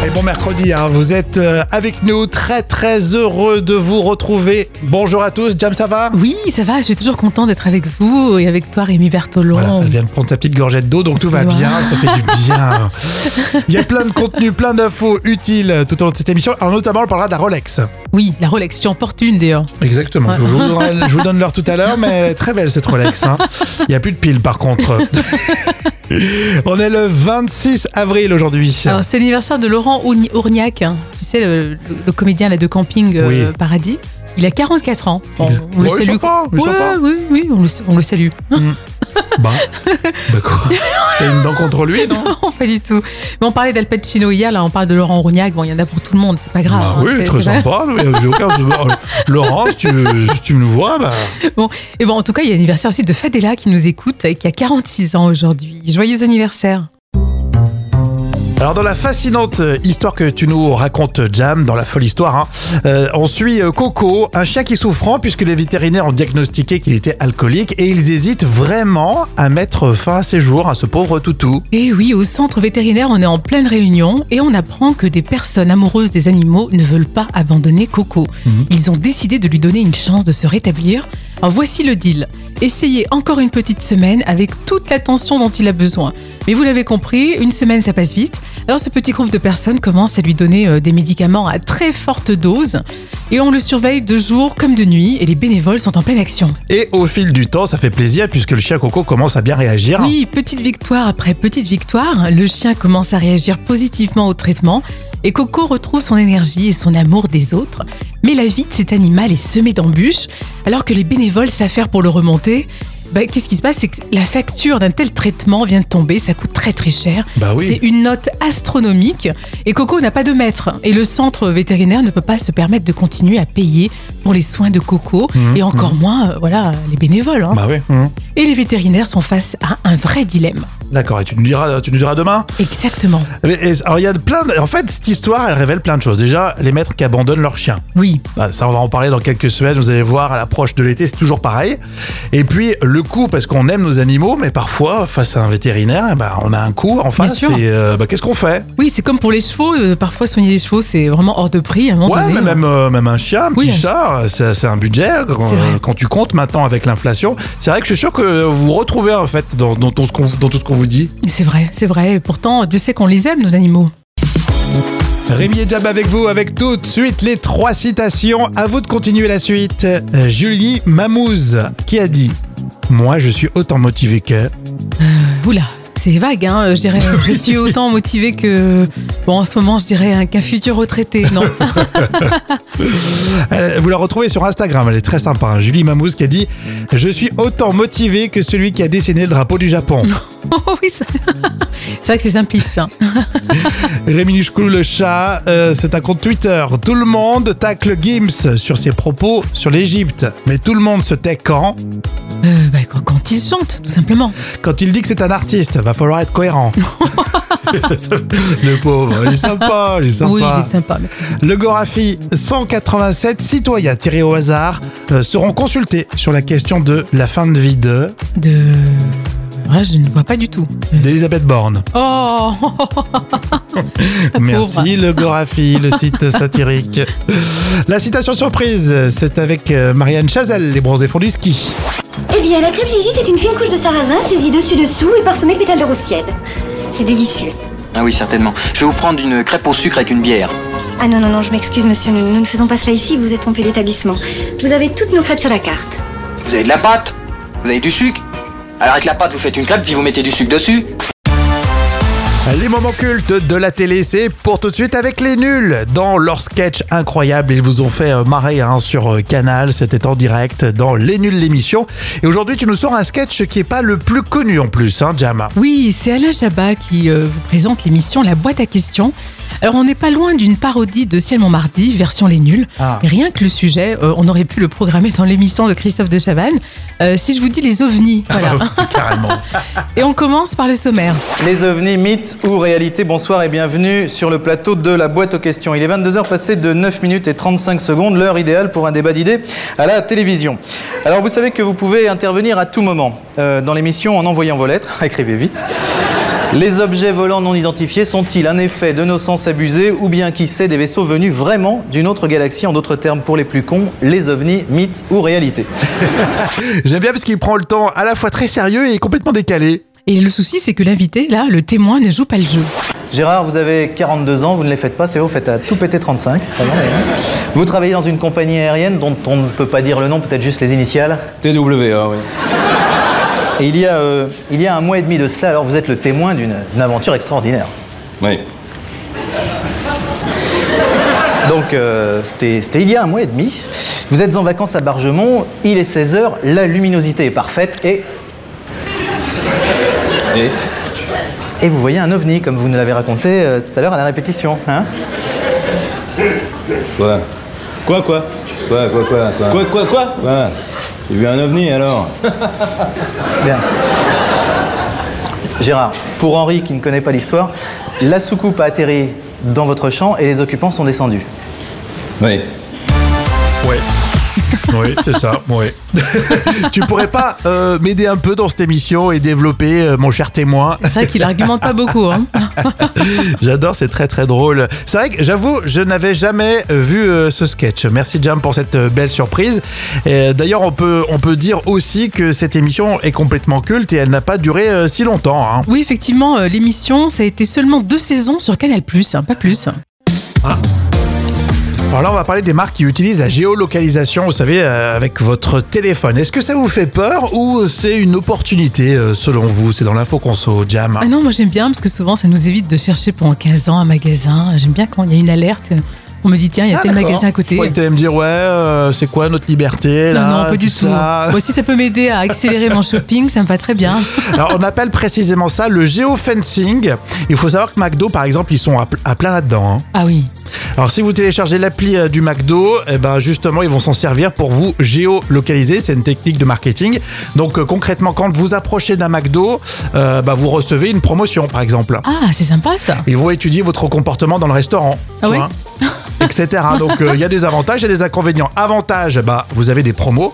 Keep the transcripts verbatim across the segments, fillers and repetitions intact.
Et bon mercredi, hein, vous êtes euh, avec nous, très très heureux de vous retrouver. Bonjour à tous, Jam, ça va ? Oui, ça va, je suis toujours content d'être avec vous et avec toi Rémi Bertolon. Voilà, elle vient de prendre ta petite gorgette d'eau, donc tout va bien, ça fait du bien. Il y a plein de contenus, plein d'infos utiles tout au long de cette émission. Alors notamment, on parlera de la Rolex. Oui, la Rolex, tu en portes une d'ailleurs. Exactement, je vous, donnerai, je vous donne l'heure tout à l'heure, mais elle est très belle cette Rolex. Hein. Il n'y a plus de piles par contre. On est le vingt-six avril aujourd'hui. Alors, c'est l'anniversaire de Laurent Aurniac, hein. Tu sais, le, le, le comédien là, de Camping euh, oui. Paradis. Il a quarante-quatre ans. Bon, on le ouais, salue. Sympa, ouais, oui, oui, on le, on le salue. Mmh. Bah, bah quoi T'as une dent contre lui, non? Non, pas du tout. Mais on parlait d'Al Pacino hier, là on parle de Laurent Aurniac. Bon, il y en a pour tout le monde, c'est pas grave. Bah hein, oui, c'est, très c'est sympa. J'ai aucun... Laurent, si tu, si tu me vois, bah... Bon, et bon, en tout cas, il y a l'anniversaire aussi de Fadela qui nous écoute, qui a quarante-six ans aujourd'hui. Joyeux anniversaire. Alors dans la fascinante histoire que tu nous racontes, Jam, dans la folle histoire, hein, euh, on suit Coco, un chien qui est souffrant puisque les vétérinaires ont diagnostiqué qu'il était alcoolique et ils hésitent vraiment à mettre fin à ses jours, à ce pauvre toutou. Et oui, au centre vétérinaire, on est en pleine réunion et on apprend que des personnes amoureuses des animaux ne veulent pas abandonner Coco. Mmh. Ils ont décidé de lui donner une chance de se rétablir. Alors voici le deal. Essayez encore une petite semaine avec toute l'attention dont il a besoin. Mais vous l'avez compris, une semaine ça passe vite. Alors ce petit groupe de personnes commence à lui donner des médicaments à très forte dose et on le surveille de jour comme de nuit et les bénévoles sont en pleine action. Et au fil du temps, ça fait plaisir puisque le chien Coco commence à bien réagir. Oui, petite victoire après petite victoire, le chien commence à réagir positivement au traitement et Coco retrouve son énergie et son amour des autres. Mais la vie de cet animal est semée d'embûches. Alors que les bénévoles s'affairent pour le remonter, bah, qu'est-ce qui se passe? C'est que la facture d'un tel traitement vient de tomber, ça coûte très très cher. Bah oui. C'est une note astronomique et Coco n'a pas de maître. Et le centre vétérinaire ne peut pas se permettre de continuer à payer pour les soins de Coco mmh, et encore mmh. moins euh, voilà, les bénévoles. Hein. Bah oui. Mmh. Et les vétérinaires sont face à un vrai dilemme. D'accord, et tu nous diras, tu nous diras demain ? Exactement. Et, alors, il y a plein de, en fait, cette histoire, elle révèle plein de choses. Déjà, les maîtres qui abandonnent leurs chiens. Oui. Bah, ça, on va en parler dans quelques semaines. Vous allez voir, à l'approche de l'été, c'est toujours pareil. Et puis, le coût, parce qu'on aime nos animaux, mais parfois, face à un vétérinaire, bah, on a un coût en face. Et euh, bah, qu'est-ce qu'on fait ? Oui, c'est comme pour les chevaux. Euh, parfois, soigner les chevaux, c'est vraiment hors de prix. À un moment ouais, donné, mais même, euh, même un chien, un petit oui, chat, c'est, c'est un budget. Quand, euh, quand tu comptes maintenant avec l'inflation, c'est vrai que je suis sûr que vous vous retrouvez, en fait, dans, dans, tout, ce qu'on, dans tout ce qu'on vous dit. C'est vrai. C'est vrai, et pourtant, Dieu sait qu'on les aime, nos animaux. Rémi et Jam avec vous, avec tout de suite les trois citations. À vous de continuer la suite. Euh, Julie Mamouze, qui a dit « Moi, je suis autant motivé que... » euh, Oula, c'est vague, hein. Je dirais, je suis autant motivé que... Bon, en ce moment, je dirais qu'un futur retraité, non. Vous la retrouvez sur Instagram, elle est très sympa. Hein. Julie Mamouze qui a dit « Je suis autant motivé que celui qui a dessiné le drapeau du Japon. » Oh oui, ça... c'est vrai que c'est simpliste. Hein. Rémi Luchkou, le chat, euh, c'est un compte Twitter. Tout le monde tacle Gims sur ses propos sur l'Égypte. Mais tout le monde se tait quand euh, bah, quand il chante, tout simplement. Quand il dit que c'est un artiste, va falloir être cohérent. Le pauvre, il est sympa, il est sympa. Oui, il est sympa. Mais... Le Gorafi, cent quatre-vingt-sept citoyens tirés au hasard euh, seront consultés sur la question de la fin de vie de... De... Voilà, je ne vois pas du tout. D'Elisabeth Borne. Oh Merci le Gorafi, le site satirique. La citation surprise, c'est avec Marianne Chazelle, les bronzés font du ski. Eh bien, la crêpe Gigi, c'est une fine couche de sarrasin saisie dessus-dessous et parsemée de pétales de rose tiède. C'est délicieux. Ah oui, certainement. Je vais vous prendre une crêpe au sucre avec une bière. Ah non, non, non, je m'excuse, monsieur, nous, nous ne faisons pas cela ici, vous êtes trompé d'établissement. Vous avez toutes nos crêpes sur la carte. Vous avez de la pâte ? Vous avez du sucre ? Alors avec la pâte, vous faites une crêpe, puis vous mettez du sucre dessus. Les moments cultes de la télé, c'est pour tout de suite avec les nuls. Dans leur sketch incroyable, ils vous ont fait marrer hein, sur Canal, c'était en direct dans Les Nuls l'émission. Et aujourd'hui, tu nous sors un sketch qui est pas le plus connu en plus, hein, Jam. Oui, c'est Alain Chabat qui euh, vous présente l'émission La Boîte à questions. Alors on n'est pas loin d'une parodie de Ciel Montmardi, version Les Nuls. Ah. Rien que le sujet, euh, on aurait pu le programmer dans l'émission de Christophe de Chavannes. Euh, si je vous dis les ovnis, voilà. Ah, carrément. Et on commence par le sommaire. Les ovnis, mythes ou réalité, bonsoir et bienvenue sur le plateau de La Boîte aux questions. Il est vingt-deux heures passées de neuf minutes et trente-cinq secondes, l'heure idéale pour un débat d'idées à la télévision. Alors vous savez que vous pouvez intervenir à tout moment euh, dans l'émission en envoyant vos lettres, écrivez vite. Les objets volants non identifiés sont-ils un effet de nos sens abusés ou bien, qui sait, des vaisseaux venus vraiment d'une autre galaxie? En d'autres termes, pour les plus cons, les ovnis, mythes ou réalité? J'aime bien parce qu'il prend le temps à la fois très sérieux et complètement décalé. Et le souci, c'est que l'invité, là, le témoin, ne joue pas le jeu. Gérard, vous avez quarante-deux ans, vous ne les faites pas, c'est vous faites à tout péter trente-cinq. Vous travaillez dans une compagnie aérienne dont on ne peut pas dire le nom, peut-être juste les initiales. T W A, oui. Et il y, a, euh, il y a un mois et demi de cela, alors vous êtes le témoin d'une d'une aventure extraordinaire. Oui. Donc, euh, c'était c'était il y a un mois et demi. Vous êtes en vacances à Bargemont, il est seize heures, la luminosité est parfaite et... Et Et vous voyez un ovni, comme vous nous l'avez raconté euh, tout à l'heure à la répétition, hein? Quoi? Quoi, quoi? Quoi, quoi, quoi? Quoi, quoi, quoi? Quoi, quoi? J'ai vu un ovni, alors? Bien. Gérard, pour Henri qui ne connaît pas l'histoire, la soucoupe a atterri dans votre champ et les occupants sont descendus. Oui. Ouais. Oui, c'est ça, oui. Tu pourrais pas euh, m'aider un peu dans cette émission et développer euh, mon cher témoin? C'est vrai qu'il argumente pas beaucoup. Hein. J'adore, c'est très très drôle. C'est vrai que j'avoue, je n'avais jamais vu euh, ce sketch. Merci Jam pour cette euh, belle surprise. Et, d'ailleurs, on peut, on peut dire aussi que cette émission est complètement culte et elle n'a pas duré euh, si longtemps. Hein. Oui, effectivement, euh, l'émission, ça a été seulement deux saisons sur Canal plus, hein, pas plus. Ah. Alors là, on va parler des marques qui utilisent la géolocalisation, vous savez, euh, avec votre téléphone. Est-ce que ça vous fait peur ou c'est une opportunité euh, selon vous? C'est dans l'info conso, Jam. Ah non, moi j'aime bien parce que souvent ça nous évite de chercher pendant quinze ans un magasin. J'aime bien quand il y a une alerte. On me dit tiens, il y a Ah, tel d'accord. magasin à côté. Ouais, tu allais me dire ouais, euh, c'est quoi notre liberté là? Non, non, pas du tout. ça Moi, si ça peut m'aider à accélérer mon shopping, ça me va très bien. Alors, on appelle précisément ça le géofencing. Il faut savoir que McDo, par exemple, ils sont à, pl- à plein là-dedans. Hein. Ah oui. Alors, si vous téléchargez l'appli euh, du McDo, eh ben, justement, ils vont s'en servir pour vous géolocaliser. C'est une technique de marketing. Donc, euh, concrètement, quand vous approchez d'un McDo, euh, bah, vous recevez une promotion, par exemple. Ah, c'est sympa ça. Ils vont étudier votre comportement dans le restaurant. Ah tu ouais vois, et cetera. Donc, il euh, y a des avantages et des inconvénients. Avantage, bah, vous avez des promos.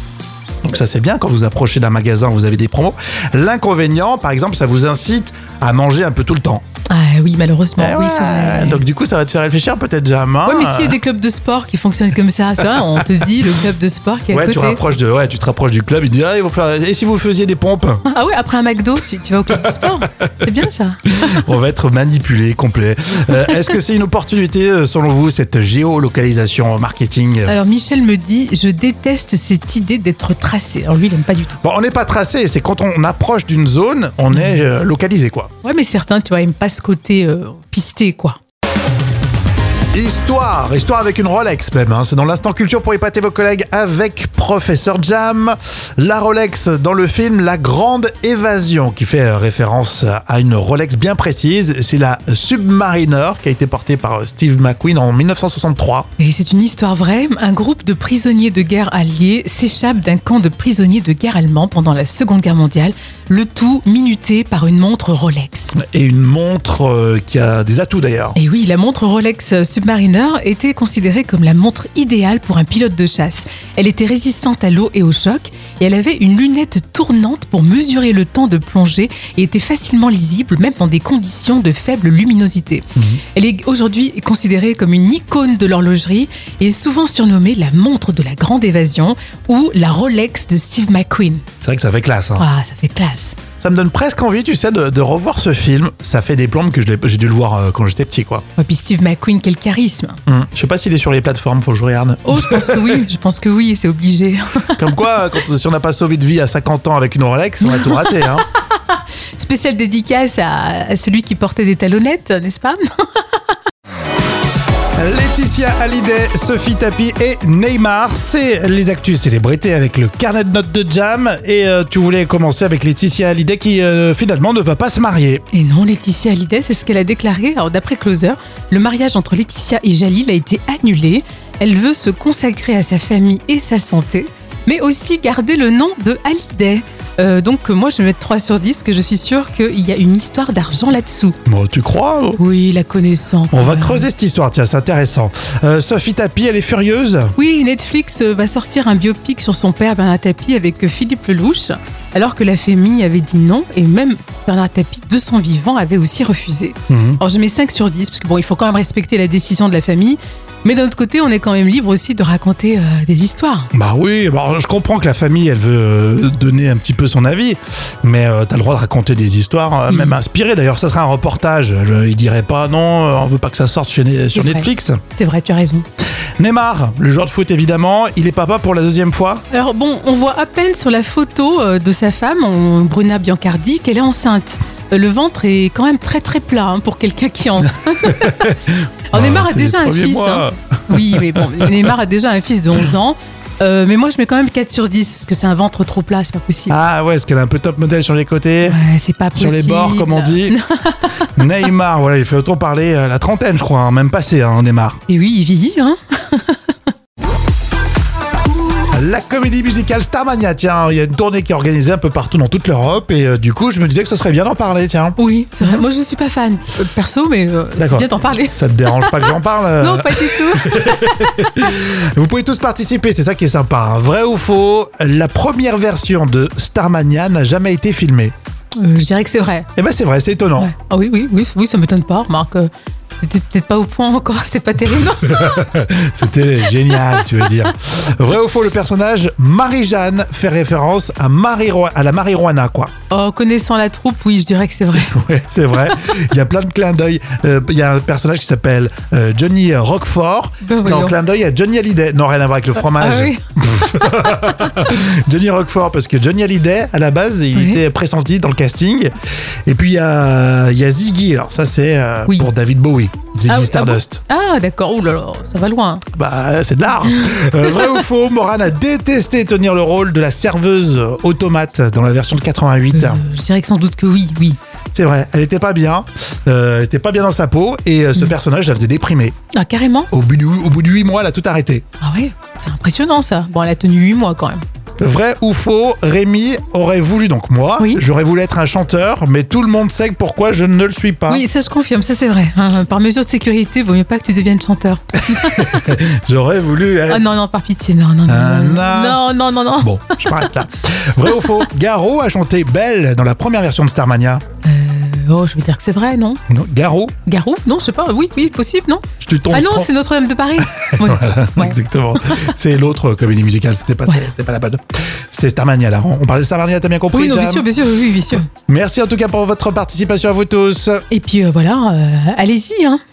Donc ça c'est bien, quand vous approchez d'un magasin, vous avez des promos. L'inconvénient, par exemple, ça vous incite à manger un peu tout le temps. Ah oui, malheureusement. Eh oui, ouais. c'est vrai. Donc du coup, ça va te faire réfléchir peut-être, Jam. Hein. Ouais, mais s'il y a des clubs de sport qui fonctionnent comme ça, tu vois, on te dit le club de sport qui est à Ouais, côté. tu, rapproches de, ouais, tu te rapproches du club, ils te disent ah, ils vont faire... et si vous faisiez des pompes? Ah oui, après un McDo, tu, tu vas au club de sport. C'est bien ça. On va être manipulé, complet. Euh, est-ce que c'est une opportunité, selon vous, cette géolocalisation marketing? Alors Michel me dit, je déteste cette idée d'être tracé. Alors lui, il n'aime pas du tout. Bon, on n'est pas tracé, c'est quand on approche d'une zone, on est euh, localisé, quoi. Ouais, mais certains, tu vois, aiment pas ce côté euh, pisté, quoi. Histoire, histoire avec une Rolex même, hein. C'est dans l'instant culture pour épater vos collègues avec Professeur Jam. La Rolex dans le film La Grande Évasion, qui fait référence à une Rolex bien précise. C'est la Submariner qui a été portée par Steve McQueen en dix-neuf cent soixante-trois. Et c'est une histoire vraie. Un groupe de prisonniers de guerre alliés s'échappe d'un camp de prisonniers de guerre allemands pendant la Seconde Guerre mondiale. Le tout minuté par une montre Rolex. Et une montre euh, qui a des atouts d'ailleurs. Et oui, la montre Rolex Submariner était considérée comme la montre idéale pour un pilote de chasse. Elle était résistante à l'eau et au choc et elle avait une lunette tournante pour mesurer le temps de plongée et était facilement lisible même dans des conditions de faible luminosité. Mmh. Elle est aujourd'hui considérée comme une icône de l'horlogerie et est souvent surnommée la montre de la Grande Évasion ou la Rolex de Steve McQueen. C'est vrai que ça fait classe. Hein. Ah, ça fait classe. Ça me donne presque envie, tu sais, de, de revoir ce film. Ça fait des plombes que je l'ai, j'ai dû le voir euh, quand j'étais petit, quoi. Et puis Steve McQueen, quel charisme. Hum. Je sais pas s'il est sur les plateformes, faut que je regarde. Oh, je pense que oui, je pense que oui, c'est obligé. Comme quoi, quand, si on n'a pas sauvé de vie à cinquante ans avec une Rolex, on a tout raté, hein. Spéciale dédicace à, à celui qui portait des talonnettes, n'est-ce pas? Laetitia Hallyday, Sophie Tapie et Neymar, c'est les actus célébrités avec le carnet de notes de Jam. Et euh, tu voulais commencer avec Laetitia Hallyday qui euh, finalement ne va pas se marier. Et non, Laetitia Hallyday, c'est ce qu'elle a déclaré. Alors d'après Closer, le mariage entre Laetitia et Jalil a été annulé. Elle veut se consacrer à sa famille et sa santé, mais aussi garder le nom de Hallyday. Euh, donc moi je vais mettre trois sur dix, que je suis sûre qu'il y a une histoire d'argent là-dessous. Bon, tu crois? Oui, la connaissant. On va creuser cette histoire, tiens, c'est intéressant. Euh, Sophie Tapie, elle est furieuse? Oui, Netflix va sortir un biopic sur son père Bernard Tapie avec Philippe Lelouch. alors que la famille avait dit non, et même Bernard Tapie, de son vivant, avait aussi refusé. Mhm. Alors je mets cinq sur dix, parce que bon, il faut quand même respecter la décision de la famille, mais d'un autre côté, on est quand même libre aussi de raconter euh, des histoires. Bah oui, bah, je comprends que la famille, elle veut euh, donner un petit peu son avis, mais euh, t'as le droit de raconter des histoires, euh, Oui. même inspirées. D'ailleurs, ça serait un reportage. Je, il dirait pas non, euh, on veut pas que ça sorte chez, C'est sur vrai. Netflix. C'est vrai, tu as raison. Neymar, le joueur de foot évidemment, il est papa pour la deuxième fois. Alors bon, on voit à peine sur la photo euh, de sa femme, on- Bruna Biancardi, qu'elle est enceinte. Euh, Le ventre est quand même très très plat hein, pour quelqu'un qui est enceinte. Alors, Ah, Neymar a c'est les déjà un premiers fils. mois. hein. Oui, mais bon, Neymar a déjà un fils de onze ans. Euh, mais moi, je mets quand même quatre sur dix, parce que c'est un ventre trop plat, c'est pas possible. Ah ouais, est-ce qu'elle a un peu top modèle sur les côtés, Ouais, c'est pas sur possible. les bords, comme on dit. Neymar, voilà, il fait autant parler euh, la trentaine, je crois, hein, même passé, hein, Neymar. Et oui, il vieillit, hein. La comédie musicale Starmania, tiens, il y a une tournée qui est organisée un peu partout dans toute l'Europe et euh, du coup, je me disais que ce serait bien d'en parler, tiens. Oui, c'est vrai. Moi, je suis pas fan, euh, perso, mais euh, c'est D'accord. bien d'en parler. Ça te dérange pas que j'en parle euh Non, pas du tout. Vous pouvez tous participer, c'est ça qui est sympa. hein. Vrai ou faux, la première version de Starmania n'a jamais été filmée. Euh, je dirais que c'est vrai. Eh ben c'est vrai, c'est étonnant. Ouais. Ah oui, oui, oui, oui, ça m'étonne pas. Remarque, euh, c'était peut-être pas au point encore, c'était pas terrible. C'était génial, tu veux dire. Vrai ou faux, le personnage Marie-Jeanne fait référence à, Marie- à la marijuana, quoi. Oh, connaissant la troupe, oui, je dirais que c'est vrai. Ouais, c'est vrai. Il y a plein de clins d'œil. Euh, Il y a un personnage qui s'appelle euh, Johnny Roquefort. Ben C'était en voyons. clin d'œil à Johnny Hallyday. Non, rien à voir avec le fromage. Ah oui. Johnny Roquefort, parce que Johnny Hallyday, à la base, il Oui. était pressenti dans le casting. Et puis, il y a, il y a Ziggy. Alors, ça, c'est euh, Oui. pour David Bowie. Ziggy Ah, oui, Stardust. Ah, bon ah, d'accord. Ouh là là, ça va loin. Bah, c'est de l'art. Euh, vrai ou faux, Morane a détesté tenir le rôle de la serveuse automate dans la version de quatre-vingt-huit. Euh, je dirais que sans doute que oui, oui. C'est vrai, elle était pas bien. Euh, elle était pas bien dans sa peau. Et euh, ce personnage la faisait déprimer. Ah, carrément. Au bout, du, au bout de huit mois, elle a tout arrêté. Ah ouais, c'est impressionnant ça. Bon, elle a tenu huit mois quand même. Vrai ou faux, Rémi aurait voulu, donc moi, Oui. j'aurais voulu être un chanteur, mais tout le monde sait pourquoi je ne le suis pas. Oui, ça je confirme, ça c'est vrai. Hein, par mesure de sécurité, vaut mieux pas que tu deviennes chanteur. J'aurais voulu être... Ah non, non, par pitié, non, non, non. Un non, âne. non, non, non, non. Bon, je m'arrête là. Vrai ou faux, Garo a chanté Belle dans la première version de Starmania. Euh, oh, je veux dire que c'est vrai, non? Non, Garo, Garou? Non, je sais pas. Oui, oui, possible, non? je te tombe. Ah non, c'est Notre-Dame de Paris. Oui. Ouais. Exactement. C'est l'autre comédie musicale, c'était pas, Voilà. c'était pas la bonne. C'était Starmania là. On parlait de Starmania, t'as bien compris, Oui, non, bien Jam sûr, bien sûr, oui, bien sûr. Merci en tout cas pour votre participation à vous tous. Et puis euh, voilà, euh, allez-y, hein.